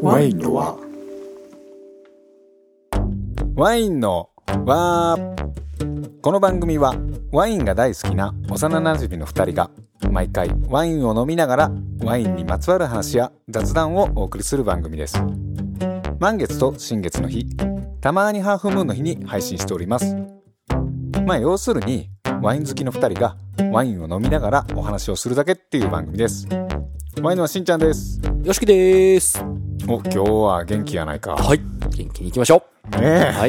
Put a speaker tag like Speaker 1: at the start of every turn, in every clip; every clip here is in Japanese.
Speaker 1: ワインの輪。ワインの輪。この番組はワインが大好きな幼なじみの2人が毎回ワインを飲みながらワインにまつわる話や雑談をお送りする番組です。満月と新月の日、たまにハーフムーンの日に配信しております。要するにワイン好きの2人がワインを飲みながらお話をするだけっていう番組です。ワインのはしんちゃんです。
Speaker 2: よしきです。
Speaker 1: 今日は元気やないか。
Speaker 2: はい、元気にいきましょう。はい。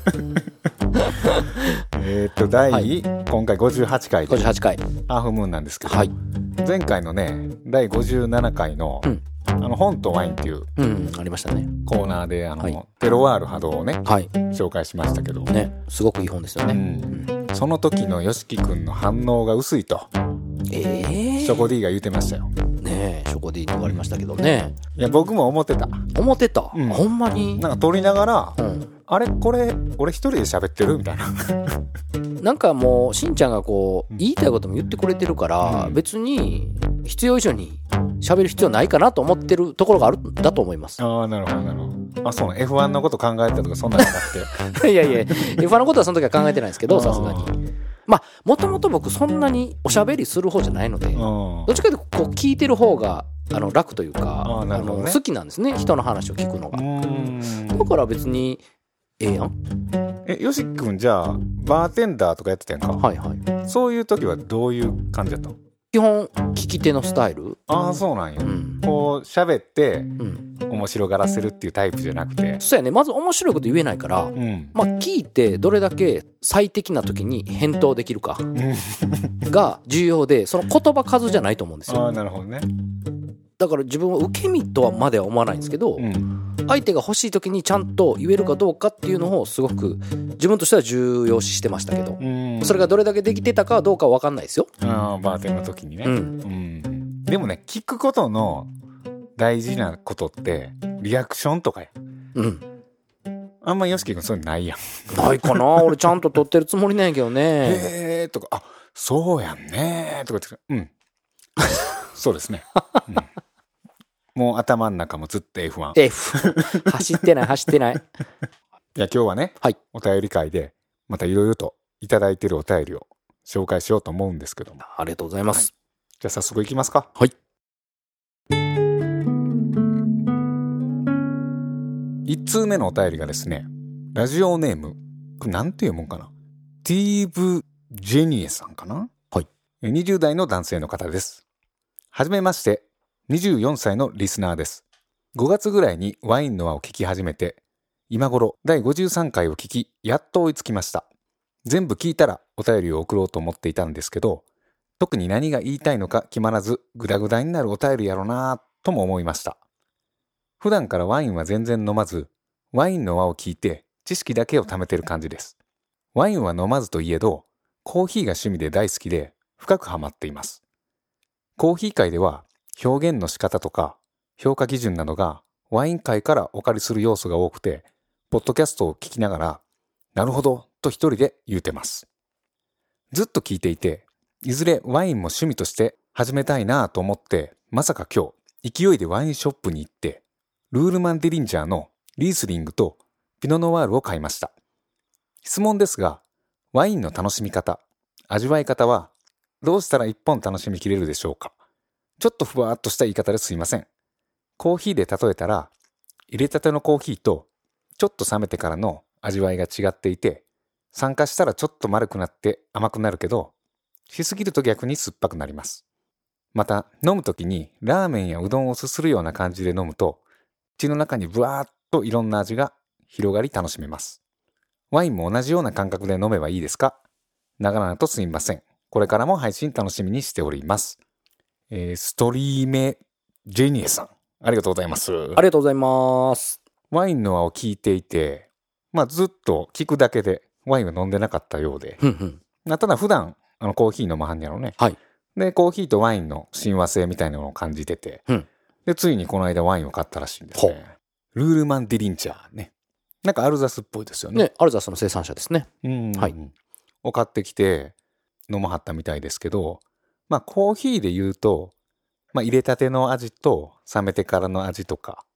Speaker 1: 今回58回で
Speaker 2: 58回
Speaker 1: ハーフムーンなんですけど、
Speaker 2: はい、
Speaker 1: 前回のね第57回の、本とワインっていう、
Speaker 2: ありましたね、
Speaker 1: コーナーでテロワール波動をね、紹介しましたけど
Speaker 2: ね、すごくいい本ですよね。
Speaker 1: その時のよしきくんの反応が薄いと、ショコ D が言ってましたよ
Speaker 2: ね。ショコ D って言われましたけどね。
Speaker 1: いや僕も思ってた、
Speaker 2: ほんまに
Speaker 1: なんか撮りながら、あれこれ俺一人で喋ってるみたいな
Speaker 2: なんかもうしんちゃんがこう言いたいことも言ってくれてるから、別に必要以上に喋る必要ないかなと思ってるところがあるんだと思います。
Speaker 1: ああ、なるほどなるほど。あ、そうなの。F1 のこと考えたとかそんなんじゃなくて
Speaker 2: いや F1 のことはその時は考えてないですけど、さすがにもともと僕そんなにおしゃべりする方じゃないので、どっちかというとこう聞いてる方が楽というか、好きなんですね、人の話を聞くのが。だから別にええやん。
Speaker 1: よし君じゃあバーテンダーとかやってたやんか。
Speaker 2: はいはい。
Speaker 1: そういう時はどういう感じだったの？
Speaker 2: 基本聞き手のスタイル。
Speaker 1: ああ、そうなんや。こう喋って、面白がらせるっていうタイプじゃなくて。
Speaker 2: そうやね。まず面白いこと言えないから、聞いてどれだけ最適な時に返答できるかが重要で、その言葉数じゃないと思うんですよ。
Speaker 1: ああ、なるほどね。
Speaker 2: だから自分は受け身とはまでは思わないんですけど、相手が欲しい時にちゃんと言えるかどうかっていうのをすごく自分としては重要視してましたけど、それがどれだけできてたかどうかは分かんないですよ。
Speaker 1: バーテンの時にね、でもね、聞くことの大事なことってリアクションとかや。あんまよしき君そういうのないやん。
Speaker 2: ないかな。俺ちゃんと撮ってるつもりなんやけどね。
Speaker 1: へーとか、あ、そうやんねとかってそうですね、もう頭の中もずっと F1
Speaker 2: 走ってない
Speaker 1: いや今日はね、お便り会でまたいろいろといただいてるお便りを紹介しようと思うんですけども。
Speaker 2: ありがとうございます。
Speaker 1: じゃあ早速いきますか。
Speaker 2: はい。
Speaker 1: 1通目のお便りがですね、ラジオネーム、これなんて読むんかな、ティーブ・ジェニエさんかな。20代の男性の方です。はじめまして、24歳のリスナーです。5月ぐらいにワインの輪を聞き始めて、今頃第53回を聞き、やっと追いつきました。全部聞いたらお便りを送ろうと思っていたんですけど、特に何が言いたいのか決まらず、グダグダになるお便りやろなぁとも思いました。普段からワインは全然飲まず、ワインの輪を聞いて知識だけを貯めてる感じです。ワインは飲まずといえど、コーヒーが趣味で大好きで深くハマっています。コーヒー界では表現の仕方とか評価基準などがワイン界からお借りする要素が多くて、ポッドキャストを聞きながら、なるほどと一人で言うてます。ずっと聞いていて、いずれワインも趣味として始めたいなぁと思って、まさか今日勢いでワインショップに行って、ルールマンデリンジャーのリースリングとピノノワールを買いました。質問ですが、ワインの楽しみ方、味わい方はどうしたら一本楽しみきれるでしょうか。ちょっとふわーっとした言い方ですいません。コーヒーで例えたら、入れたてのコーヒーとちょっと冷めてからの味わいが違っていて、酸化したらちょっと丸くなって甘くなるけど、しすぎると逆に酸っぱくなります。また飲むときにラーメンやうどんをすするような感じで飲むと、口の中にブワーっといろんな味が広がり楽しめます。ワインも同じような感覚で飲めばいいですか？長々とすみません。これからも配信楽しみにしております。ストリーメジェニエさん、ありがとうございます。
Speaker 2: ありがとうございます。
Speaker 1: ワインの輪を聞いていて、ずっと聞くだけでワインは飲んでなかったようで、ただ普段コーヒー飲まはんやろね。でコーヒーとワインの親和性みたいなのを感じてて、でついにこの間ワインを買ったらしいんですね。ルールマンディリンチャーね。なんかアルザスっぽいですよね。
Speaker 2: アルザスの生産者ですね。
Speaker 1: を買ってきて飲まはったみたいですけど、コーヒーで言うと、入れたての味と冷めてからの味とか、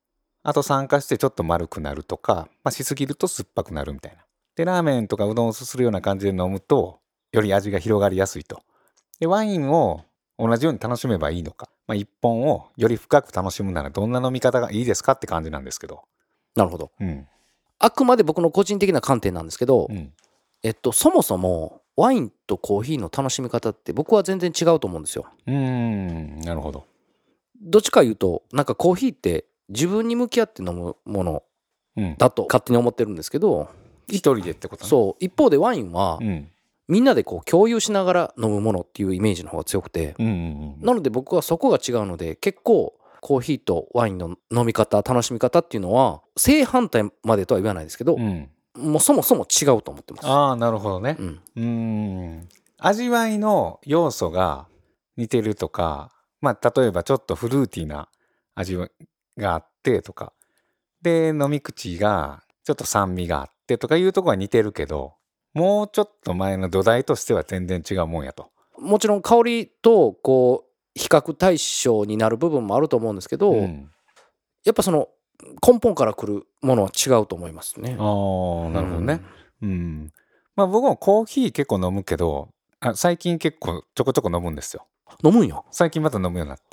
Speaker 1: あと酸化してちょっと丸くなるとか、しすぎると酸っぱくなるみたいな。で、ラーメンとかうどんをすするような感じで飲むと、より味が広がりやすいと。で、ワインを同じように楽しめばいいのか。一本をより深く楽しむならどんな飲み方がいいですかって感じなんですけど。
Speaker 2: なるほど。あくまで僕の個人的な観点なんですけど、そもそもワインとコーヒーの楽しみ方って僕は全然違うと思うんですよ。
Speaker 1: なるほど。
Speaker 2: どっちか言うとなんかコーヒーって自分に向き合って飲むものだと勝手に思ってるんですけど、
Speaker 1: 一人でってことね。
Speaker 2: そう。一方でワインは、みんなでこう共有しながら飲むものっていうイメージの方が強くて、なので僕はそこが違うので、結構コーヒーとワインの飲み方、楽しみ方っていうのは正反対までとは言わないですけど、もうそもそも違うと思ってます。
Speaker 1: ああ、なるほどね。味わいの要素が似てるとか、例えばちょっとフルーティーな味があってとか、で飲み口がちょっと酸味があってとかいうところは似てるけど、もうちょっと前の土台としては全然違うもんやと。
Speaker 2: もちろん香りとこう比較対象になる部分もあると思うんですけど、やっぱその根本から来るものは違うと思いますね。
Speaker 1: ああ、なるほどね。僕もコーヒー結構飲むけど、最近結構ちょこちょこ飲むんですよ。
Speaker 2: 飲むんや。
Speaker 1: 最近また飲むようになって。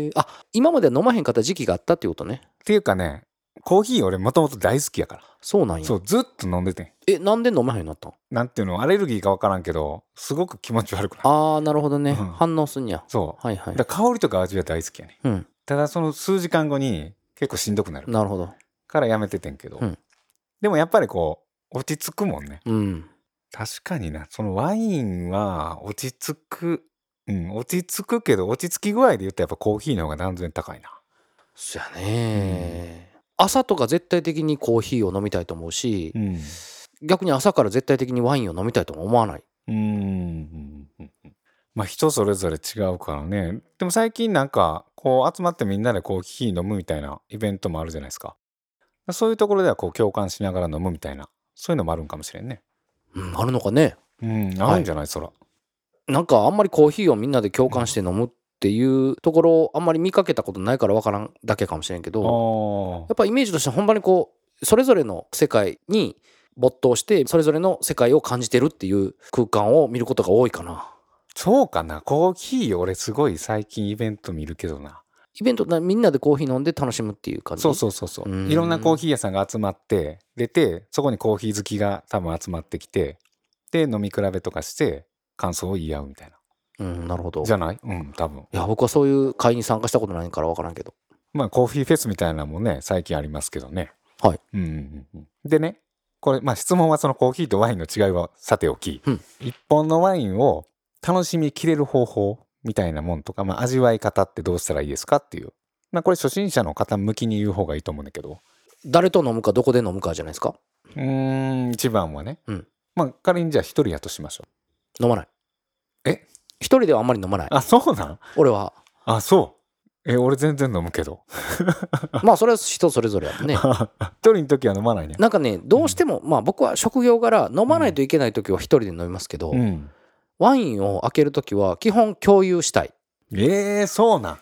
Speaker 2: 今まで飲まへんかった時期があったっていうことね。
Speaker 1: っていうかね、コーヒー俺もともと大好きやから。
Speaker 2: そうなんや。
Speaker 1: そう、ずっと飲んでてん。
Speaker 2: なんで飲まへんようになったん？
Speaker 1: なんていうの、アレルギーか分からんけど、すごく気持ち悪くなる。
Speaker 2: ああ、なるほどね。反応すんや。
Speaker 1: そう。
Speaker 2: はいはい。
Speaker 1: だから香りとか味は大好きやね。ただその数時間後に結構しんどくなる。
Speaker 2: なるほど。
Speaker 1: からやめててんけど。でもやっぱりこう、落ち着くもんね。確かにな。そのワインは落ち着く。落ち着くけど、落ち着き具合で言ったらやっぱコーヒーの方が断然高いな。
Speaker 2: そやね。朝とか絶対的にコーヒーを飲みたいと思うし、逆に朝から絶対的にワインを飲みたいとも思わない。
Speaker 1: 人それぞれ違うからね。でも最近なんかこう集まってみんなでコーヒー飲むみたいなイベントもあるじゃないですか。そういうところではこう共感しながら飲むみたいな、そういうのもあるんかもしれんね。
Speaker 2: あるのかね。
Speaker 1: あるんじゃない、そら。
Speaker 2: なんかあんまりコーヒーをみんなで共感して飲むっていうところをあんまり見かけたことないから分からんだけかもしれんけど、やっぱイメージとしてほんまにこうそれぞれの世界に没頭してそれぞれの世界を感じてるっていう空間を見ることが多いかな。
Speaker 1: そうかな。コーヒー俺すごい最近イベント見るけどな。
Speaker 2: イベントみんなでコーヒー飲んで楽しむっていう感じ。
Speaker 1: そういろんなコーヒー屋さんが集まって出て、そこにコーヒー好きが多分集まってきて、で飲み比べとかして感想を言い合うみたいな。
Speaker 2: なるほど。
Speaker 1: じゃない？多分。
Speaker 2: いや僕はそういう会に参加したことないから分からんけど。
Speaker 1: コーヒーフェスみたいなのもね最近ありますけどね。
Speaker 2: はい。
Speaker 1: でね、これ質問はそのコーヒーとワインの違いはさておき、一本のワインを楽しみきれる方法みたいなもんとか、味わい方ってどうしたらいいですかっていう。これ初心者の方向きに言う方がいいと思うんだけど。
Speaker 2: 誰と飲むかどこで飲むかじゃないですか。
Speaker 1: 一番はね。仮にじゃあ一人やとしましょ
Speaker 2: う。飲まない。一人ではあんまり飲まない。
Speaker 1: あ、そうなん？
Speaker 2: 俺は。
Speaker 1: あ、そう。俺全然飲むけど。
Speaker 2: それは人それぞれやってね。
Speaker 1: 一人の時は飲まないね。
Speaker 2: なんかね、どうしても、僕は職業柄飲まないといけない時は一人で飲みますけど、ワインを開ける時は基本共有したい。
Speaker 1: そうなん。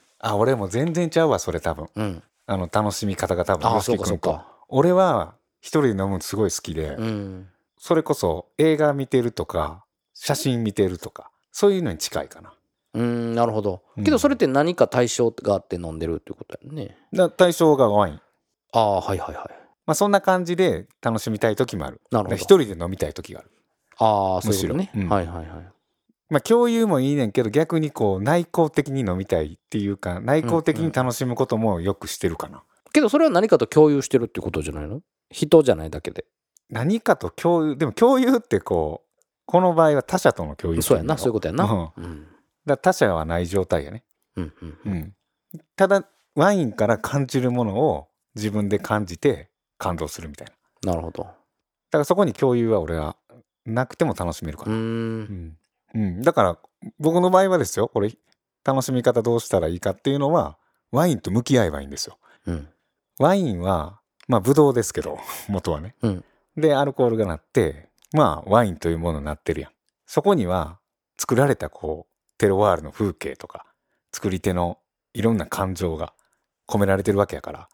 Speaker 1: 俺も全然ちゃうわ、それ多分。楽しみ方が多分。
Speaker 2: そうか。
Speaker 1: 俺は一人で飲むのすごい好きで、それこそ映画見てるとか、写真見てるとか、そういうのに近いかな。
Speaker 2: なるほど。けどそれって何か対象があって飲んでるってことだよね。
Speaker 1: 対象がワイン。
Speaker 2: はい。
Speaker 1: そんな感じで楽しみたい時もある。
Speaker 2: なるほど。
Speaker 1: 一人で飲みたい時がある。
Speaker 2: そういうことね。はい。
Speaker 1: 共有もいいねんけど、逆にこう内向的に飲みたいっていうか、内向的に楽しむこともよくしてるかな。
Speaker 2: けどそれは何かと共有してるってことじゃないの？人じゃないだけで。
Speaker 1: 何かと共有、でも共有ってこの場合は他者との共有。
Speaker 2: そうやな、そういうことやな。
Speaker 1: だ他者はない状態やね。ただワインから感じるものを自分で感じて感動するみたいな。
Speaker 2: なるほど。
Speaker 1: だからそこに共有は俺はなくても楽しめるから。だから僕の場合はですよ、これ楽しみ方どうしたらいいかっていうのはワインと向き合えばいいんですよ。ワインはブドウですけど元はね。でアルコールがなってワインというものになってるやん。そこには作られたテロワールの風景とか作り手のいろんな感情が込められてるわけやから、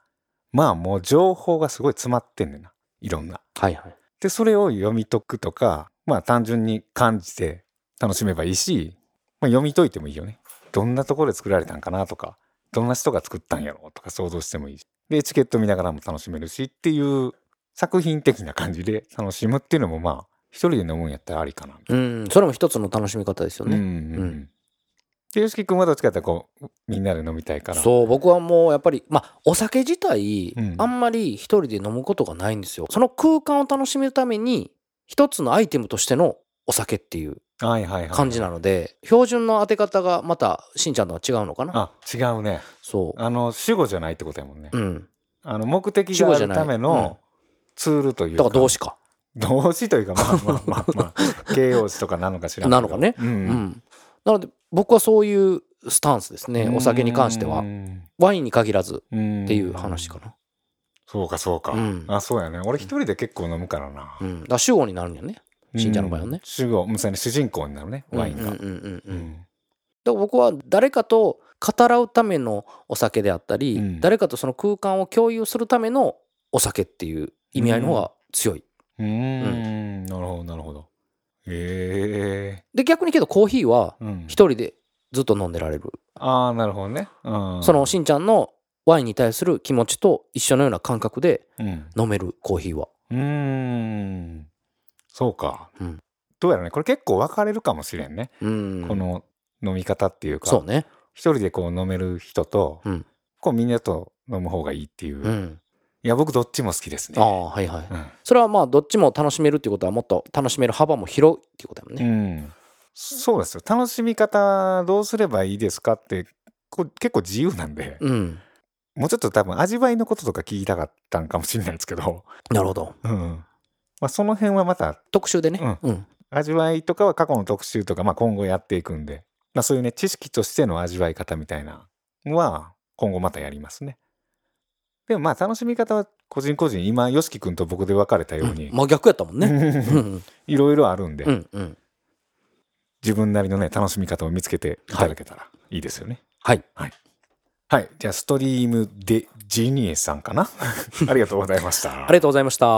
Speaker 1: まあもう情報がすごい詰まってんねんな、いろんな。
Speaker 2: はいはい。
Speaker 1: でそれを読み解くとか、まあ単純に感じて楽しめばいいし、まあ、読み解いてもいいよね。どんなところで作られたんかなとか、どんな人が作ったんやろとか想像してもいいし、でチケット見ながらも楽しめるしっていう作品的な感じで楽しむっていうのも、まあ一人で飲むんやったらありかな。
Speaker 2: それも一つの楽しみ方ですよね。
Speaker 1: で、よしき君はどっちかってこうみんなで飲みたいから。
Speaker 2: そう、僕はもうやっぱりお酒自体、あんまり一人で飲むことがないんですよ。その空間を楽しめるために一つのアイテムとしてのお酒っていう感じなので、標準の当て方がまたしんちゃんとは違うのかな。
Speaker 1: あ、違うね。
Speaker 2: そう。
Speaker 1: 主語じゃないってことやもんね。目的があるためのツールというか。
Speaker 2: だから動詞か。
Speaker 1: 動詞というか、まあ形容詞とかなのかしらんけど。
Speaker 2: なのかね。なので僕はそういうスタンスですね。お酒に関してはワインに限らずっていう話かな。
Speaker 1: そうかそうか。あ、そうやね。俺一人で結構飲むからな。
Speaker 2: だから主語になるんやね。しんちゃんの場合はね。
Speaker 1: 主語、主人公になるね、ワインが。だ
Speaker 2: から僕は誰かと語らうためのお酒であったり、誰かとその空間を共有するためのお酒っていう意味合いの方が強い。
Speaker 1: なるほどなるほど。で
Speaker 2: 逆にけどコーヒーは一人でずっと飲んでられる。
Speaker 1: ああ、なるほどね。
Speaker 2: そのしんちゃんのワインに対する気持ちと一緒のような感覚で飲める、コーヒーは。
Speaker 1: そうか。どうやらね、これ結構分かれるかもしれんね。この飲み方っていうか。
Speaker 2: そうね。
Speaker 1: 一人でこう飲める人と、こうみんなと飲む方がいいっていう。いや、僕どっちも好きですね。
Speaker 2: はいはい。それはまあどっちも楽しめるっていうことは、もっと楽しめる幅も広いっていうことだもんね。
Speaker 1: そうですよ。楽しみ方どうすればいいですかって結構自由なんで、もうちょっと多分味わいのこととか聞きたかったんかもしれないですけど。
Speaker 2: なるほど。
Speaker 1: その辺はまた
Speaker 2: 特集でね。
Speaker 1: 味わいとかは過去の特集とか、今後やっていくんで、そういうね、知識としての味わい方みたいなのは今後またやりますね。でも楽しみ方は個人個人、今よしき君と僕で分かれたように、
Speaker 2: 真逆やったもんね。
Speaker 1: いろいろあるんで、自分なりのね楽しみ方を見つけていただけたらいいですよね。はいじゃあストリームでジーニエさんかな。ありがとうございました。
Speaker 2: ありがとうございました。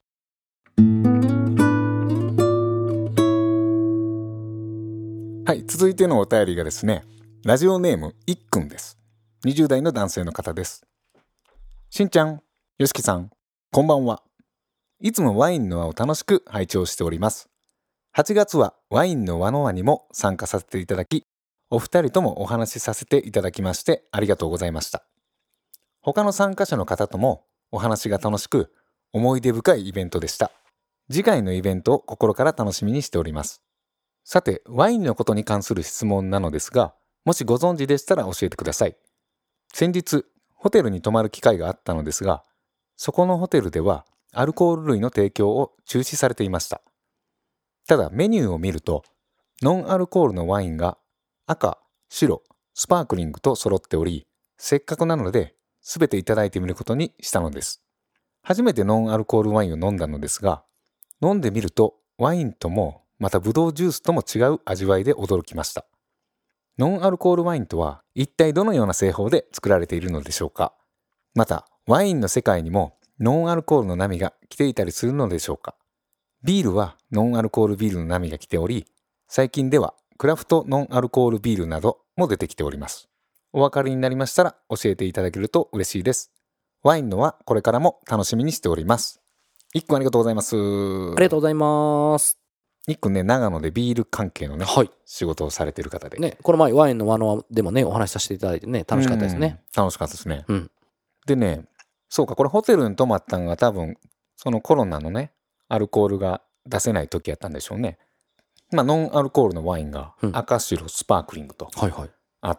Speaker 1: はい、続いてのお便りがですね、ラジオネームいっくんです。20代の男性の方です。しんちゃん、よしきさん、こんばんは。いつもワインの輪を楽しく拝聴しております。8月はワインの輪の輪にも参加させていただき、お二人ともお話しさせていただきましてありがとうございました。他の参加者の方ともお話が楽しく、思い出深いイベントでした。次回のイベントを心から楽しみにしております。さて、ワインのことに関する質問なのですが、もしご存知でしたら教えてください。先日、ホテルに泊まる機会があったのですが、そこのホテルではアルコール類の提供を中止されていました。ただメニューを見ると、ノンアルコールのワインが赤、白、スパークリングと揃っており、せっかくなので全ていただいてみることにしたのです。初めてノンアルコールワインを飲んだのですが、飲んでみるとワインともまたブドウジュースとも違う味わいで驚きました。ノンアルコールワインとは一体どのような製法で作られているのでしょうか。またワインの世界にもノンアルコールの波が来ていたりするのでしょうか。ビールはノンアルコールビールの波が来ており、最近ではクラフトノンアルコールビールなども出てきております。お分かりになりましたら教えていただけると嬉しいです。ワインのはこれからも楽しみにしております。一くんありがとうございます。
Speaker 2: ありがとうございます。
Speaker 1: 一くんね、長野でビール関係のね、仕事をされている方で。
Speaker 2: ね、この前ワインの輪のでもね、お話しさせていただいてね、楽しかったですね。
Speaker 1: 楽しかったですね。でね、そうか、これホテルに泊まったのが多分、そのコロナのね、アルコールが出せない時やったんでしょうね。ノンアルコールのワインが赤白スパークリングとあって、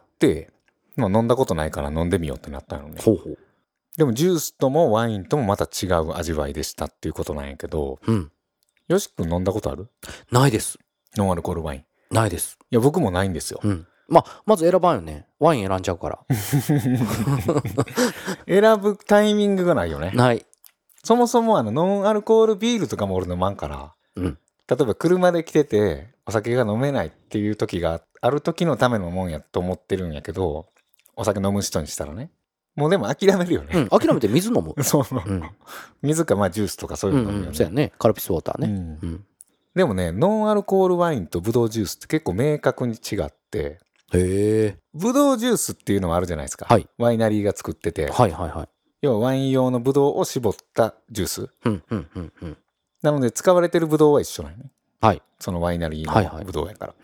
Speaker 1: 飲んだことないから飲んでみようってなったのね。でもジュースともワインともまた違う味わいでしたっていうことなんやけど、よしくん飲んだことある？
Speaker 2: ないです。
Speaker 1: ノンアルコールワイン。
Speaker 2: ないです。
Speaker 1: いや、僕もないんですよ。
Speaker 2: まず選ばんよね。ワイン選んじゃうから。
Speaker 1: 選ぶタイミングがないよね。
Speaker 2: ない。
Speaker 1: そもそもノンアルコールビールとかも俺飲まんから、例えば車で来ててお酒が飲めないっていう時がある時のためのもんやと思ってるんやけど、お酒飲む人にしたらね。 もうでも諦めるよね。
Speaker 2: 諦めて水飲む。
Speaker 1: そう、水かジュースとかそういうの飲むよね。
Speaker 2: そうやね。カルピスウォーターね。
Speaker 1: でもね、ノンアルコールワインとブドウジュースって結構明確に違って、ブドウジュースっていうのはあるじゃないですか。ワイナリーが作ってて、要はワイン用のブドウを絞ったジュース。なので使われてるブドウは一緒なのね。そのワイナリーのブドウやから。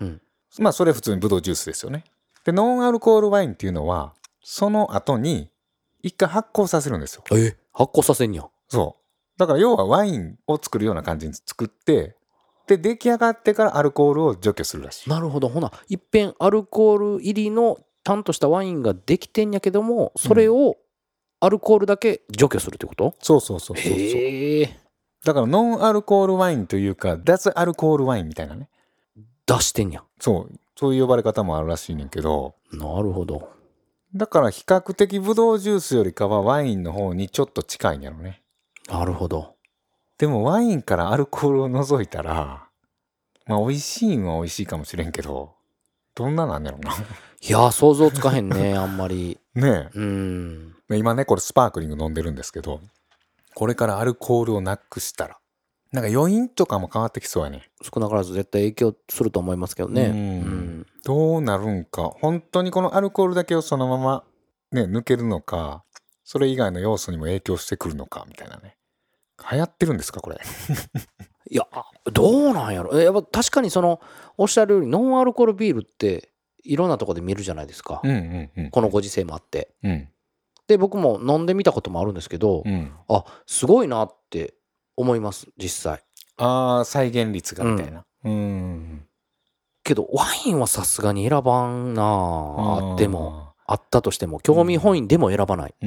Speaker 1: それ普通にブドウジュースですよね。で、ノンアルコールワインっていうのは、その後に一回発酵させるんですよ。
Speaker 2: 発酵させんや。
Speaker 1: そう。だから要はワインを作るような感じに作って、で、出来上がってからアルコールを除去するらしい。
Speaker 2: なるほど。ほな、いっぺんアルコール入りのちゃんとしたワインができてんやけども、それをアルコールだけ除去するってこと？
Speaker 1: そう。だからノンアルコールワインというか、脱アルコールワインみたいなね。
Speaker 2: 出してんや。
Speaker 1: そういう呼ばれ方もあるらしいねんけど。
Speaker 2: なるほど。
Speaker 1: だから比較的ブドウジュースよりかはワインの方にちょっと近いんやろね。
Speaker 2: なるほど。
Speaker 1: でもワインからアルコールを除いたら、美味しいんは美味しいかもしれんけど、どんななんやろな。
Speaker 2: いや、想像つかへんね、あんまり。
Speaker 1: ねえ。今ね、これスパークリング飲んでるんですけど、これからアルコールをなくしたら、なんか余韻とかも変わってきそうやね。
Speaker 2: 少なからず絶対影響すると思いますけどね。
Speaker 1: どうなるんか。本当にこのアルコールだけをそのままね、抜けるのか、それ以外の要素にも影響してくるのか、みたいなね。流行ってるんですか、これ。
Speaker 2: いや、どうなんやろ。やっぱ確かにおっしゃるようにノンアルコールビールっていろんなとこで見るじゃないですか。このご時世もあって。で、僕も飲んでみたこともあるんですけど、すごいなって思います、実際。
Speaker 1: 再現率がみたいな。
Speaker 2: けど、ワインはさすがに選ばんなあったとしても、興味本位でも選ばない。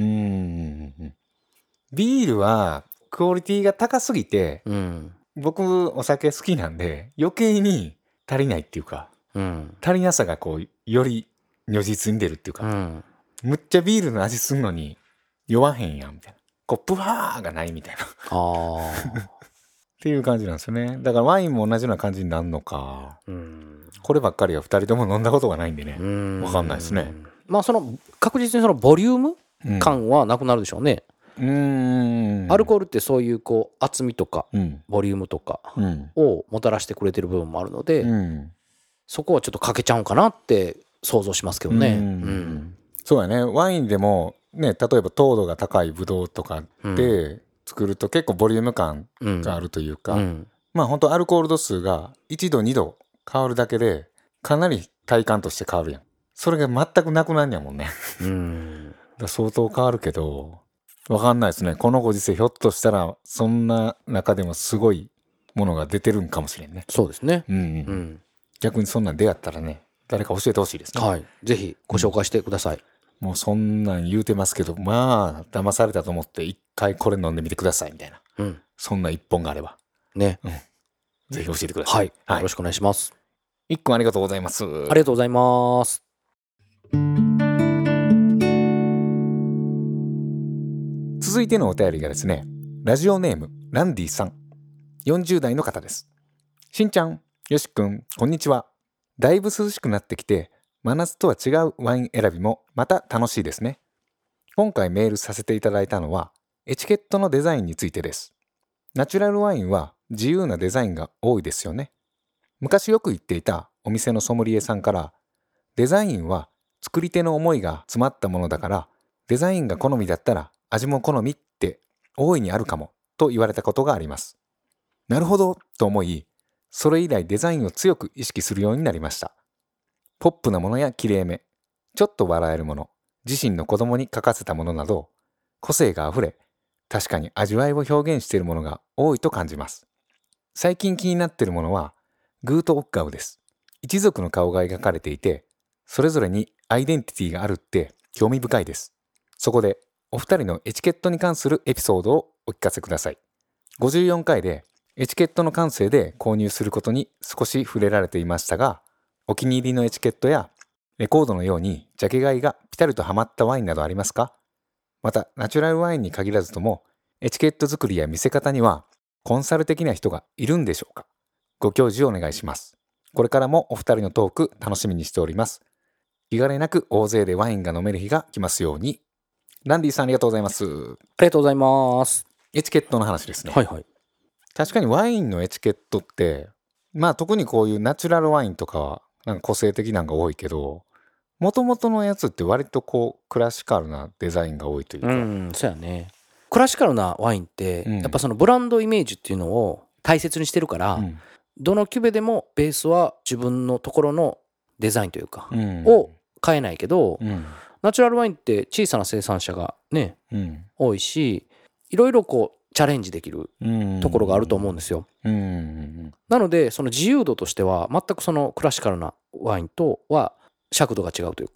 Speaker 1: ビールはクオリティが高すぎて、僕お酒好きなんで余計に足りないっていうか、足りなさがより如実に出るっていうか、むっちゃビールの味すんのに酔わへんやんみたいな、プワーがないみたいなっていう感じなんですよね。だからワインも同じような感じになるのか、こればっかりは2人とも飲んだことがないんでね、分かんないですね。
Speaker 2: 確実にボリューム感はなくなるでしょうね。アルコールってそういう厚みとかボリュームとかをもたらしてくれてる部分もあるので、そこはちょっと欠けちゃうんかなって想像しますけどね。
Speaker 1: そうやね。ワインでもね、例えば糖度が高いブドウとかで作ると結構ボリューム感があるというか、本当アルコール度数が1度2度変わるだけでかなり体感として変わるやん。それが全くなくなんやもんね。だ相当変わるけど、わかんないですね。このご時世ひょっとしたらそんな中でもすごいものが出てるんかもしれんね。
Speaker 2: そうですね。
Speaker 1: 逆にそんなん出会ったらね、誰か教えてほしいですね。
Speaker 2: はい。ぜひご紹介してください。
Speaker 1: もうそんなん言うてますけど、騙されたと思って一回これ飲んでみてくださいみたいな。そんな一本があれば。
Speaker 2: ね。
Speaker 1: ぜひ教えてください。
Speaker 2: はい。よろしくお願いします。
Speaker 1: 一個ありがとうございます。
Speaker 2: ありがとうございます。
Speaker 1: 続いてのお便りがですね、ラジオネームランディさん、40代の方です。しんちゃん、よしくん、こんにちは。だいぶ涼しくなってきて、真夏とは違うワイン選びもまた楽しいですね。今回メールさせていただいたのはエチケットのデザインについてです。ナチュラルワインは自由なデザインが多いですよね。昔よく言っていたお店のソムリエさんから、デザインは作り手の思いが詰まったものだから、デザインが好みだったら味も好みって大いにあるかもと言われたことがあります。なるほどと思い、それ以来デザインを強く意識するようになりました。ポップなものやきれいめ、ちょっと笑えるもの、自身の子供に書かせたものなど、個性があふれ、確かに味わいを表現しているものが多いと感じます。最近気になっているものは、グートオッガウです。一族の顔が描かれていて、それぞれにアイデンティティがあるって興味深いです。そこで、お二人のエチケットに関するエピソードをお聞かせください。54回でエチケットの感性で購入することに少し触れられていましたが、お気に入りのエチケットやレコードのようにジャケ買いがピタリとはまったワインなどありますか？また、ナチュラルワインに限らずとも、エチケット作りや見せ方にはコンサル的な人がいるんでしょうか？ご教示をお願いします。これからもお二人のトーク楽しみにしております。気兼ねなく大勢でワインが飲める日が来ますように。 ランディさんありがとうございます。あ
Speaker 2: りがとうございます。
Speaker 1: エチケットの話ですね。
Speaker 2: はいはい。
Speaker 1: 確かにワインのエチケットって、まあ特にこういうナチュラルワインとかはなんか個性的なのが多いけど、元々のやつって割とこうクラシカルなデザインが多いというか。
Speaker 2: そうやね。クラシカルなワインって、やっぱそのブランドイメージっていうのを大切にしてるから、どのキュベでもベースは自分のところのデザインというか、を変えないけど、ナチュラルワインって小さな生産者がね、多いし、いろいろこうチャレンジできるところがあると思うんですよ。なのでその自由度としては全くそのクラシカルなワインとは尺度が違うというか。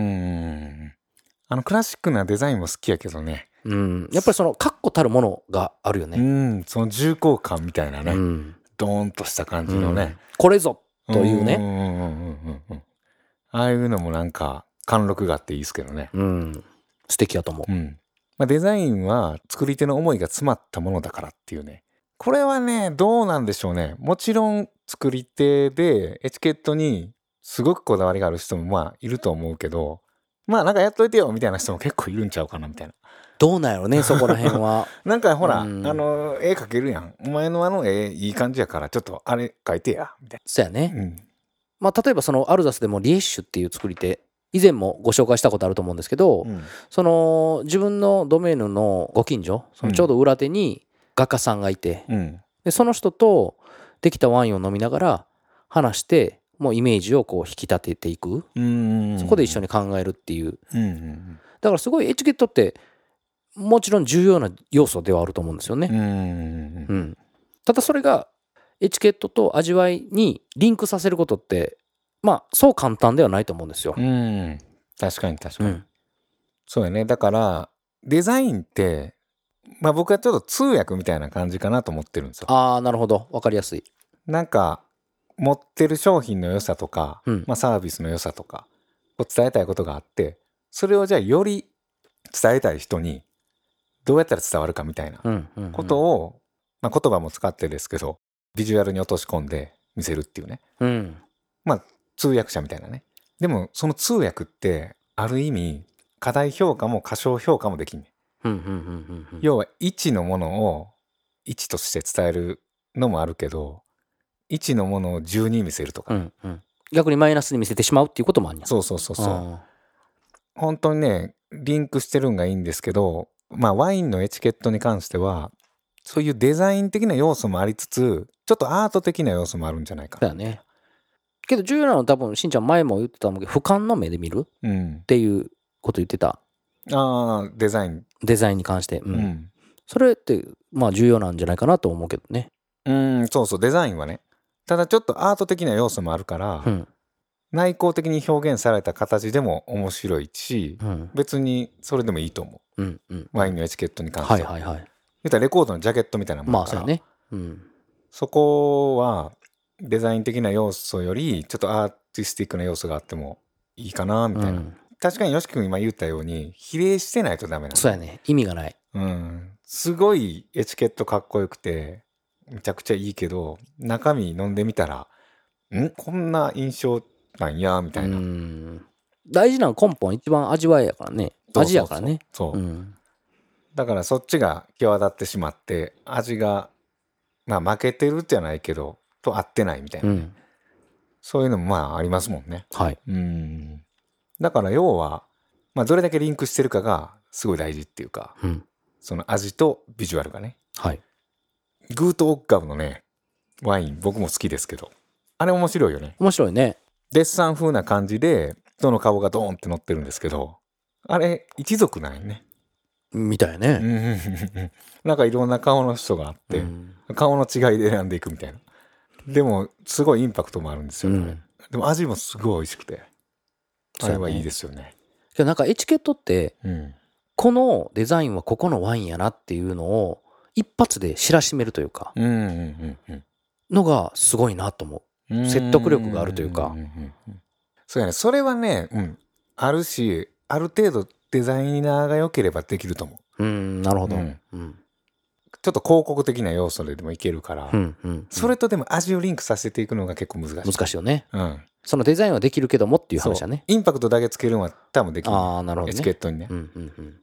Speaker 1: クラシックなデザインも好きやけどね。
Speaker 2: やっぱりその確固たるものがあるよね。
Speaker 1: その重厚感みたいなね、ドーンとした感じのね、
Speaker 2: これぞというね、
Speaker 1: ああいうのもなんか貫禄があっていいですけどね。
Speaker 2: 素敵やと思う。
Speaker 1: まあ、デザインは作り手の思いが詰まったものだからっていうね。これはね、どうなんでしょうね。もちろん作り手でエチケットにすごくこだわりがある人もまあいると思うけど、まあなんかやっといてよみたいな人も結構いるんちゃうかなみたいな。
Speaker 2: どうなんやろね、そこら辺は。
Speaker 1: なんかほら、絵描けるやん。お前の絵いい感じやからちょっとあれ描いてやみたいな。
Speaker 2: そうやね。まあ例えばそのアルザスでもリエッシュっていう作り手、以前もご紹介したことあると思うんですけど、その自分のドメインのご近所、そのちょうど裏手に画家さんがいて、でその人とできたワインを飲みながら話して、もうイメージをこう引き立てていく、そこで一緒に考えるっていう、だからすごいエチケットってもちろん重要な要素ではあると思うんですよね。ただそれがエチケットと味わいにリンクさせることってまあそう簡単ではないと思うんですよ。
Speaker 1: 確かに確かに。そうやね。だからデザインってまあ僕はちょっと通訳みたいな感じかなと思ってるんですよ。
Speaker 2: ああ、なるほど。わかりやすい。
Speaker 1: なんか持ってる商品の良さとか、まあサービスの良さとかを伝えたいことがあって、それをじゃあより伝えたい人にどうやったら伝わるかみたいなことを、まあ言葉も使ってですけど、ビジュアルに落とし込んで見せるっていうね。まあ通訳者みたいなね。でもその通訳ってある意味過大評価も過小評価もできんね。要は1のものを1として伝えるのもあるけど、1のものを10に見せるとか、
Speaker 2: 逆にマイナスに見せてしまうっていうこともあるんや。
Speaker 1: そう本当にねリンクしてるんがいいんですけど、まあワインのエチケットに関してはそういうデザイン的な要素もありつつ、ちょっとアート的な要素もあるんじゃないかな。
Speaker 2: そうだね。けど重要なのは多分しんちゃん前も言ってたもんけど、俯瞰の目で見るっていうこと言ってた。
Speaker 1: デザイン
Speaker 2: に関して、それってまあ重要なんじゃないかなと思うけどね。
Speaker 1: そうデザインはね。ただちょっとアート的な要素もあるから、内向的に表現された形でも面白いし、別にそれでもいいと思う。ワインのエチケットに関しては。言ったらレコードのジャケットみたいなもんだから。まあそうね。そこはデザイン的な要素よりちょっとアーティスティックな要素があってもいいかなみたいな。確かによし君今言ったように比例してないとダメなんだ。
Speaker 2: そうやね。意味がない。
Speaker 1: すごいエチケットかっこよくてめちゃくちゃいいけど、中身飲んでみたらこんな印象なんやみたいな。
Speaker 2: 大事な根本一番味わいやからね。味やからね。
Speaker 1: だからそっちが際立ってしまって味がまあ負けてるじゃないけどと合ってないみたいな、そういうのもまあありますもんね。だから要は、まあ、どれだけリンクしてるかがすごい大事っていうか、その味とビジュアルがね。グートオッガブのねワイン僕も好きですけど、あれ面白いよね。
Speaker 2: 面白いね。
Speaker 1: デッサン風な感じで人の顔がドーンって乗ってるんですけど、あれ一族なんよね。
Speaker 2: みたいね。
Speaker 1: なんかいろんな顔の人があって、顔の違いで選んでいくみたいな。でもすごいインパクトもあるんですよね。でも味もすごい美味しくて、あれはいいですよね。
Speaker 2: なんかエチケットって、このデザインはここのワインやなっていうのを一発で知らしめるというか、のがすごいなと思う。説得力があるというか。
Speaker 1: そうやね。それはね、あるし、ある程度デザイナーが良ければできると思う。
Speaker 2: なるほど。
Speaker 1: ちょっと広告的な要素でもいけるから、それとでも味をリンクさせていくのが結構難しい。
Speaker 2: 難しいよね。そのデザインはできるけどもっていう話だね。
Speaker 1: インパクトだけつけるのは多分できる。エチケットにね。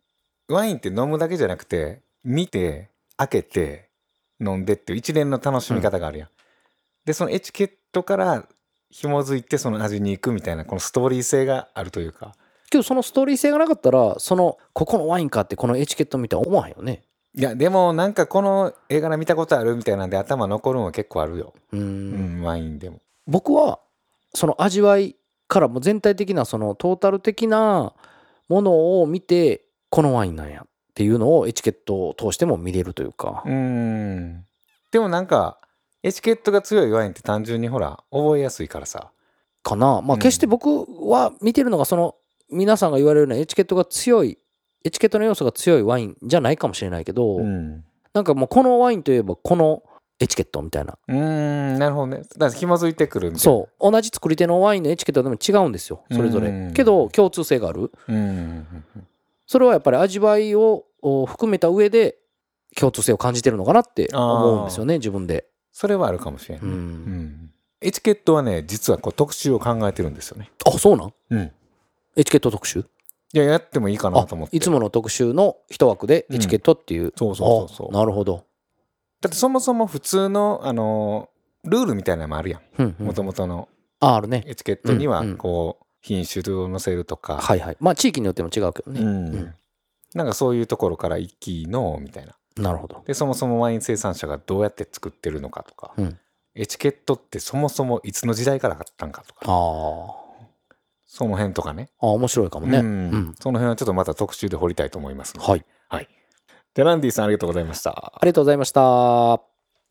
Speaker 1: ワインって飲むだけじゃなくて、見て開けて飲んでっていう一連の楽しみ方があるやん、でそのエチケットから紐づいてその味に行くみたいな、このストーリー性があるというか。
Speaker 2: けどそのストーリー性がなかったら、ここのワインかってこのエチケット見て思わへんよね。
Speaker 1: いやでもなんかこの映画で見たことあるみたいなんで頭残るのは結構あるよ。ワインでも。
Speaker 2: 僕はその味わいからも全体的なそのトータル的なものを見て、このワインなんやっていうのをエチケットを通しても見れるというか。
Speaker 1: でもなんかエチケットが強いワインって単純にほら覚えやすいからさ。
Speaker 2: かな。まあ決して僕は見てるのがその皆さんが言われるようなエチケットの要素が強いワインじゃないかもしれないけど、なんかもうこのワインといえばこのエチケットみたいな。
Speaker 1: なるほどね。だから紐づいてくるみたいな。
Speaker 2: そう同じ作り手のワインのエチケットでも違うんですよ、それぞれ。けど共通性がある。それはやっぱり味わいを含めた上で共通性を感じてるのかなって思うんですよね、自分で。
Speaker 1: それはあるかもしれない、エチケットはね、実はこう特集を考えてるんですよね。
Speaker 2: あ、そうなん？エチケット特集？
Speaker 1: いや、やってもいいかなと思って。
Speaker 2: いつもの特集の一枠でエチケットっていう。そうなるほど。
Speaker 1: だってそもそも普通のルールみたいなのもあるやん、もともとの。
Speaker 2: あるね。
Speaker 1: エチケットにはこう品種を載せるとか、
Speaker 2: まあ地域によっても違うけどね、
Speaker 1: なんかそういうところから一気のみたいな。
Speaker 2: なるほど。
Speaker 1: でそもそもワイン生産者がどうやって作ってるのかとか、エチケットってそもそもいつの時代からあったんかとか、その辺とかね。
Speaker 2: 面白いかもね、
Speaker 1: その辺はちょっとまた特集で掘りたいと思いますので。
Speaker 2: はい。
Speaker 1: でランディさんありがとうございました。
Speaker 2: ありがとうございました。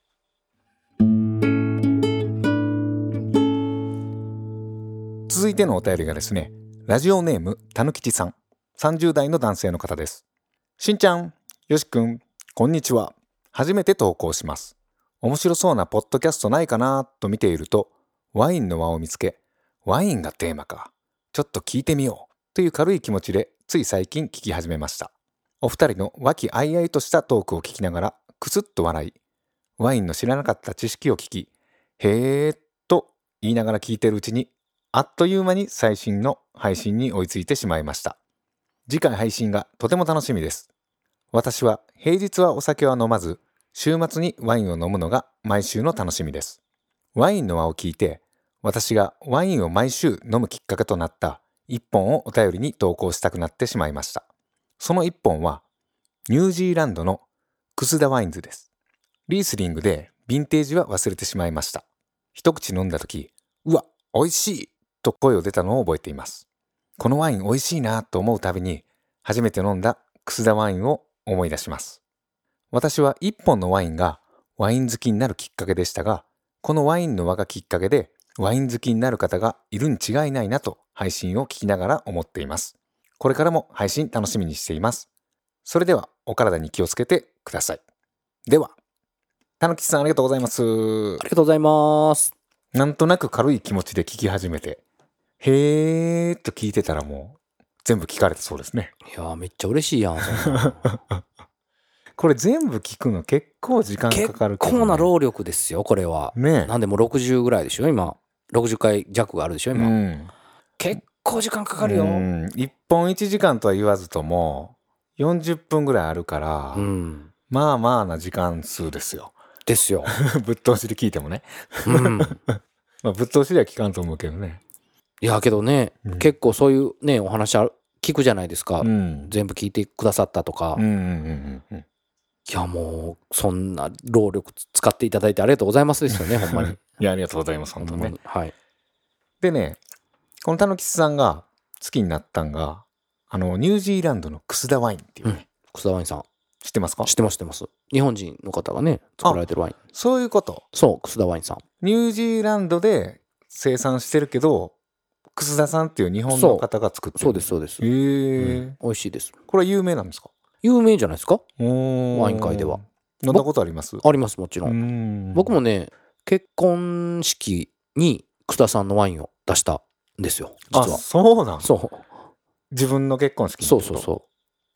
Speaker 1: 続いてのお便りがですね、ラジオネームたぬきちさん、30代の男性の方です。しんちゃん、よしくん、こんにちは。初めて投稿します。面白そうなポッドキャストないかなと見ていると、ワインの輪を見つけ、ワインがテーマか、ちょっと聞いてみようという軽い気持ちでつい最近聞き始めました。お二人の和気あいあいとしたトークを聞きながらクスッと笑い、ワインの知らなかった知識を聞き、へーと言いながら聞いているうちに、あっという間に最新の配信に追いついてしまいました。次回配信がとても楽しみです。私は平日はお酒は飲まず、週末にワインを飲むのが毎週の楽しみです。ワインの輪を聞いて、私がワインを毎週飲むきっかけとなった一本をお便りに投稿したくなってしまいました。その一本はニュージーランドのクスダワインズです。リースリングでヴィンテージは忘れてしまいました。一口飲んだ時、うわ、美味しいと声を出たのを覚えています。このワイン美味しいなと思うたびに初めて飲んだクスダワインを思い出します。私は一本のワインがワイン好きになるきっかけでしたが、このワインの輪がきっかけでワイン好きになる方がいるに違いないなと配信を聞きながら思っています。これからも配信楽しみにしています。それではお体に気をつけてください。では、たぬきさんありがとうございます。
Speaker 2: ありがとうございます。
Speaker 1: なんとなく軽い気持ちで聞き始めて、へーっと聞いてたらもう全部聞かれたそうですね。
Speaker 2: いやーめっちゃ嬉しいやん。
Speaker 1: これ全部聞くの結構時間かかるけど、ね、
Speaker 2: 結構な労力ですよこれは。
Speaker 1: ね、
Speaker 2: なんでも60ぐらいでしょ今。60回弱があるでしょ今、結構時間かかるよ。
Speaker 1: 1本1時間とは言わずとも40分ぐらいあるから、まあまあな時間数ですよ。
Speaker 2: ですよ。
Speaker 1: ぶっ通しで聞いてもね。まあぶっ通しでは聞かんと思うけどね。
Speaker 2: いやけどね、結構そういうねお話聞くじゃないですか、全部聞いてくださったとか。いやもうそんな労力使っていただいてありがとうございますですよねほんまに。
Speaker 1: いやありがとうございます本当ね。
Speaker 2: はい。
Speaker 1: でね、このたぬきさんが好きになったんがニュージーランドのクスダワインっていうね、
Speaker 2: クスダワインさん
Speaker 1: 知ってますか？
Speaker 2: 知ってます。日本人の方がね作られてるワイン。
Speaker 1: そういうこと。
Speaker 2: そう、クスダワインさん
Speaker 1: ニュージーランドで生産してるけどクスダさんっていう日本の方が作ってる。
Speaker 2: そうです。
Speaker 1: 美
Speaker 2: 味しいです。
Speaker 1: これは有名なんですか？
Speaker 2: 有名じゃないですか、ワイン界では。
Speaker 1: 飲んだことあります？
Speaker 2: あります、もちろん。僕もね結婚式にクスダさんのワインを出したんですよ実は。
Speaker 1: そうなん？
Speaker 2: そう。
Speaker 1: 自分の結婚式に。
Speaker 2: そう。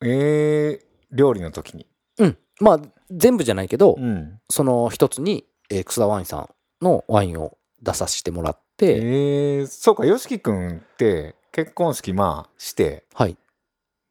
Speaker 1: 料理の時に。
Speaker 2: まあ全部じゃないけど、その一つに、クスダワインさんのワインを出させてもらって。
Speaker 1: そうか、よしきくんって結婚式まあして、
Speaker 2: はい。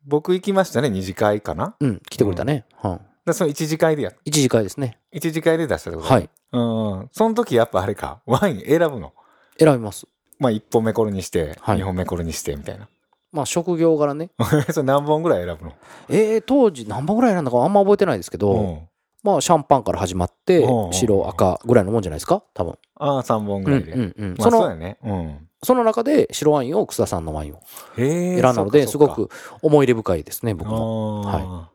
Speaker 1: 僕行きましたね、二次会かな。
Speaker 2: うん、来てくれたね。
Speaker 1: でその一次会で
Speaker 2: 一次会ですね。
Speaker 1: 一次会で出したってこと。
Speaker 2: はい。
Speaker 1: その時やっぱあれか、ワイン選ぶの。
Speaker 2: 選びます。
Speaker 1: まあ1本目これにして、2本目これにしてみたいな。
Speaker 2: まあ職業柄ね。
Speaker 1: それ何本ぐらい選ぶの？
Speaker 2: 当時何本ぐらい選んだかあんま覚えてないですけど、まあシャンパンから始まって、白赤ぐらいのもんじゃないですか多分。
Speaker 1: 3本ぐらいで。
Speaker 2: まあそうやね。その中で白ワインを草さんのワインを選んだので、すごく思い入れ深いですね、僕も。はい。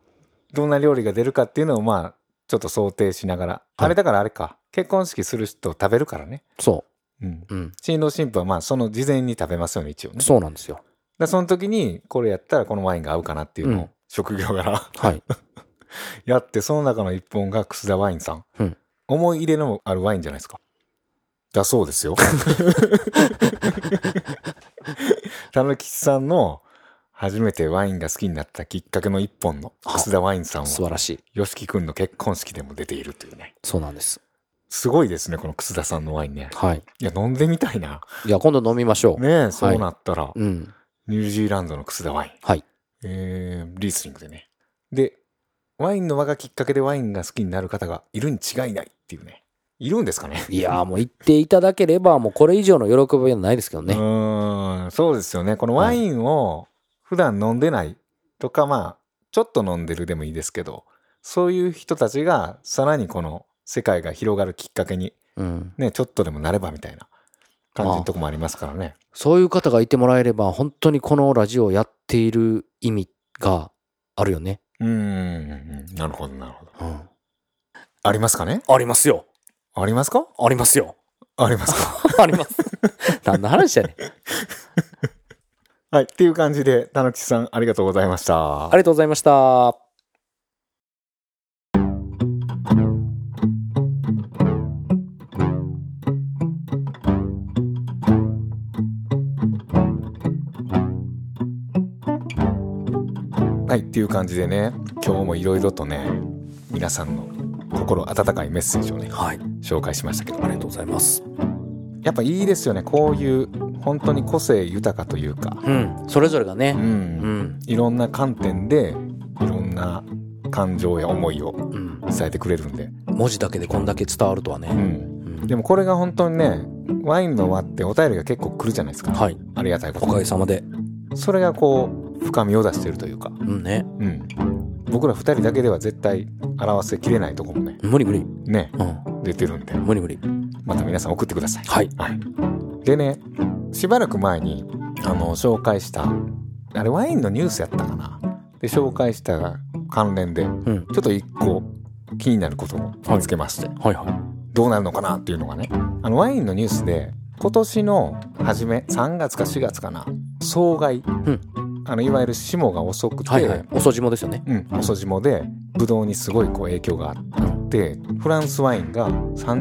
Speaker 1: どんな料理が出るかっていうのをまあちょっと想定しながら。あれだからあれか。結婚式する人食べるからね。
Speaker 2: そう。
Speaker 1: 新郎新婦はまあその事前に食べますよね、一応ね。
Speaker 2: そうなんですよ。
Speaker 1: その時にこれやったらこのワインが合うかなっていうのを職業柄やって、その中の一本が楠田ワインさん。思い入れのあるワインじゃないですか。だそうですよ。たぬきさんの初めてワインが好きになったきっかけの一本の楠田ワインさんは
Speaker 2: 素晴らしい。
Speaker 1: よしきくんの結婚式でも出ているというね。
Speaker 2: そうなんです。
Speaker 1: すごいですね、この楠田さんのワインね。
Speaker 2: はい。
Speaker 1: いや、飲んでみたいな。
Speaker 2: いや、今度飲みましょう。
Speaker 1: ねえ、そうなったら。
Speaker 2: ニュ
Speaker 1: ージーランドの楠田ワイン。
Speaker 2: はい。
Speaker 1: リースリングでね。で、ワインの輪がきっかけでワインが好きになる方がいるに違いないっていうね。いるんですかね。
Speaker 2: いや、もう言っていただければ、もうこれ以上の喜びはないですけどね。
Speaker 1: そうですよね。このワインを普段飲んでないとか、まあ、ちょっと飲んでるでもいいですけど、そういう人たちがさらにこの世界が広がるきっかけに、ね、ちょっとでもなればみたいな感じのとこもありますからね。
Speaker 2: そういう方がいてもらえれば、本当にこのラジオをやっている意味があるよね。
Speaker 1: なるほど、なるほど。ありますかね？
Speaker 2: ありますよ。
Speaker 1: ありますか？
Speaker 2: ありますよ。
Speaker 1: ありますか？
Speaker 2: あります。何の話やねん。
Speaker 1: はい。っていう感じで、たぬきさんありがとうございました。
Speaker 2: ありがとうございました。
Speaker 1: はい。っていう感じでね、今日もいろいろとね、皆さんの心温かいメッセージをね、紹介しましたけど。
Speaker 2: ありがとうございます。
Speaker 1: やっぱいいですよね。こういう本当に個性豊かというか、
Speaker 2: それぞれがね、
Speaker 1: いろんな観点でいろんな感情や思いを伝えてくれるんで、
Speaker 2: 文字だけでこんだけ伝わるとはね。
Speaker 1: でもこれが本当にね、ワインの輪ってお便りが結構来るじゃないですか。
Speaker 2: はい。
Speaker 1: ありがたいこと。
Speaker 2: おかげさまで。
Speaker 1: それがこう深みを出してるというか。僕ら2人だけでは絶対表せきれないところもね。
Speaker 2: 無理無理。
Speaker 1: ね、出てるんで。
Speaker 2: 無理無理。
Speaker 1: また皆さん送ってください。
Speaker 2: はい。
Speaker 1: でね、しばらく前に紹介したあれワインのニュースやったかな。で紹介した関連で、ちょっと一個気になることを見つけまして、どうなるのかなっていうのがね、ワインのニュースで今年の初め3月か4月かな、霜害、いわゆる霜が遅くて、
Speaker 2: 遅霜ですよね。
Speaker 1: 遅霜でブドウにすごいこう影響があって、フランスワインが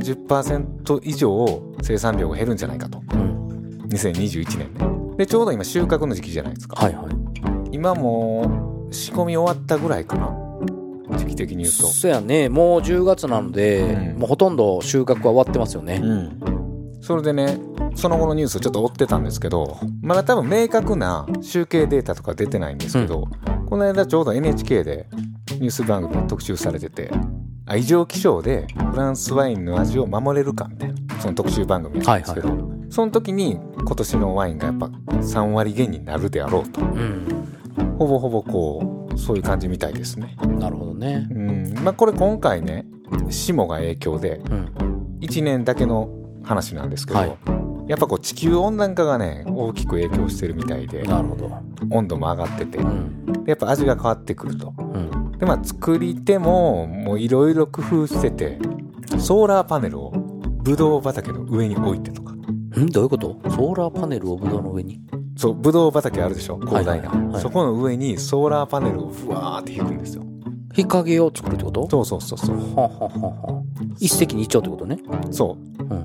Speaker 1: 30% 以上生産量が減るんじゃないかと、2021年ね。でちょうど今収穫の時期じゃないですか。今もう仕込み終わったぐらいかな、時期的に言うと。
Speaker 2: そうやね、もう10月なので、もうほとんど収穫は終わってますよね。
Speaker 1: それでね、その後のニュースをちょっと追ってたんですけど、まだ多分明確な集計データとか出てないんですけど、この間ちょうど NHK でニュース番組で特集されてて、異常気象でフランスワインの味を守れるかみたいな、その特集番組なんですけど、その時に今年のワインがやっぱ3割減になるであろうと、ほぼほぼこうそういう感じみたいですね。
Speaker 2: なるほどね。
Speaker 1: これ今回ね、霜が影響で1年だけの話なんですけど、やっぱこう地球温暖化がね大きく影響してるみたいで、
Speaker 2: なるほど、
Speaker 1: 温度も上がってて、でやっぱ味が変わってくると、で作り手ももういろいろ工夫してて、ソーラーパネルをブドウ畑の上に置いてとか。
Speaker 2: どういうこと？ソーラーパネルをブドウの上に？
Speaker 1: そう、ブドウ畑あるでしょ、広大な、そこの上にソーラーパネルをふわーって引くんですよ。
Speaker 2: 日陰を作るってこと？
Speaker 1: そう。
Speaker 2: 一石二鳥ってことね。
Speaker 1: そう、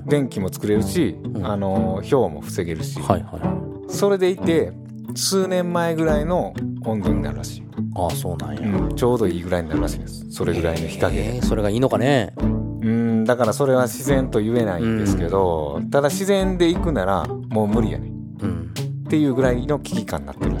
Speaker 1: 電気も作れるし、氷も防げるし、それでいて数年前ぐらいの温度になるらしい。
Speaker 2: ああ、そうなんや、
Speaker 1: ちょうどいいぐらいになるらしいです。それぐらいの日陰で、
Speaker 2: それがいいのかね。
Speaker 1: だからそれは自然と言えないんですけど、ただ自然で行くならもう無理やね、っていうぐらいの危機感になってるらしい。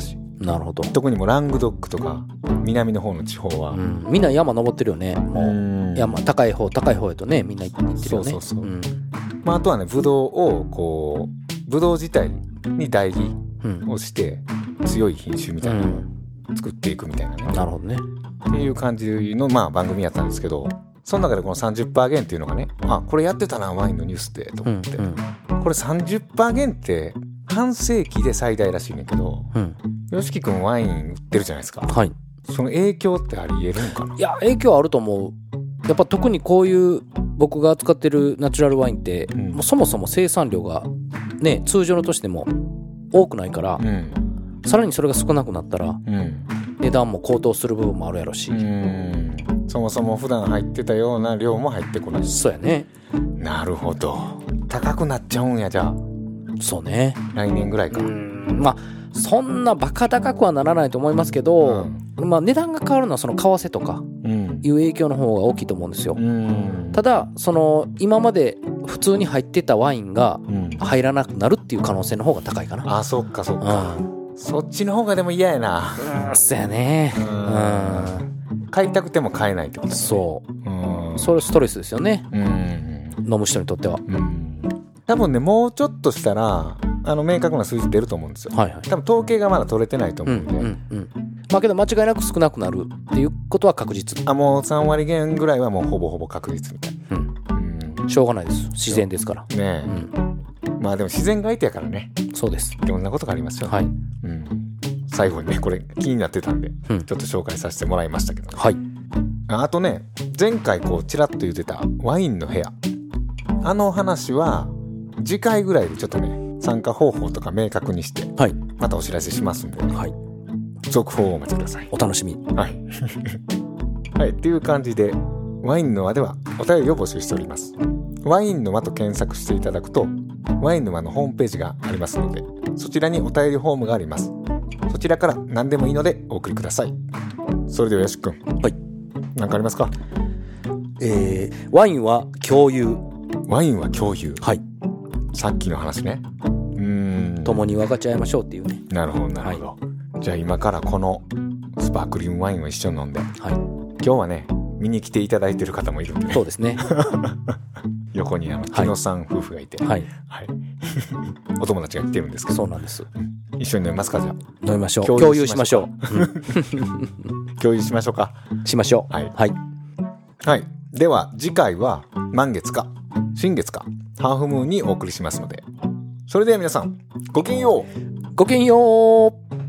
Speaker 2: なるほど。
Speaker 1: 特にもうラングドックとか南の方の地方は、
Speaker 2: みんな山登ってるよね。もう山高い方へとねみんな行ってるよね。
Speaker 1: そう、まあ、あとはねブドウをこうブドウ自体に代議をして、強い品種みたいなのを作っていくみたいなね、
Speaker 2: なるほどね
Speaker 1: っていう感じの、まあ、番組やったんですけど、その中でこの 30% 減っていうのがね、これやってたなワインのニュースでと思って、これ 30% 減って半世紀で最大らしいねんけど、よしきくんワイン売ってるじゃないですか。はい。その影響ってありえるのかな。
Speaker 2: いや影響あると思う。やっぱ特にこういう僕が扱ってるナチュラルワインって、もうそもそも生産量がね通常の年でも多くないから、さらにそれが少なくなったら、値段も高騰する部分もあるやろし、
Speaker 1: そもそも普段入ってたような量も入ってこない。
Speaker 2: そうやね。
Speaker 1: なるほど。高くなっちゃうんや。じゃあ
Speaker 2: そうね、
Speaker 1: 来年ぐらいか。
Speaker 2: まあそんなバカ高くはならないと思いますけど、まあ値段が変わるのはその為替とかいう影響の方が大きいと思うんですよ。ただその今まで普通に入ってたワインが入らなくなるっていう可能性の方が高いかな。
Speaker 1: そっか、そっちの方がでも嫌やな。
Speaker 2: そうやね。
Speaker 1: 買いたくても買えないってことね。
Speaker 2: そうそれストレスですよね。飲む人にとっては。
Speaker 1: 多分ねもうちょっとしたら明確な数字出ると思うんですよ。多分統計がまだ取れてないと思うんで、
Speaker 2: まあけど間違いなく少なくなるっていうことは確実。
Speaker 1: もう3割減ぐらいはもうほぼほぼ確実みたいな。
Speaker 2: しょうがないです。自然ですからね。
Speaker 1: まあでも自然が相手やからね。
Speaker 2: そうです。
Speaker 1: いろんなことがありますよね。最後にねこれ気になってたんで、ちょっと紹介させてもらいましたけど、あとね前回こうちらっと言ってたワインの部屋、話は次回ぐらいでちょっとね参加方法とか明確にして、またお知らせしますんで、続報をお待ちください。
Speaker 2: お楽しみ。
Speaker 1: っていう感じでワインの輪ではお便りを募集しております。ワインの輪と検索していただくとワインの輪のホームページがありますので、そちらにお便りフォームがあります。そちらから何でもいいのでお送りください。それではよしくん、何かありますか？
Speaker 2: ワインは共有。
Speaker 1: ワインは共有。さっきの話ね。
Speaker 2: 共に分かち合いましょうっていうね。
Speaker 1: なるほど、じゃあ今からこのスパークリングワインを一緒に飲んで、今日はね見に来ていただいてる方もいるんでね。
Speaker 2: そうですね。
Speaker 1: 横に木野さん夫婦がいて、お友達が来てるんですけど。
Speaker 2: そうなんです。
Speaker 1: 一緒に飲みますか？じゃあ
Speaker 2: 飲みましょう。共有しましょ
Speaker 1: う。共有しましょうか。
Speaker 2: しましょう。
Speaker 1: では次回は満月か新月かハーフムーンにお送りしますので、それでは皆さんごきげんよう。
Speaker 2: ごきげんよう。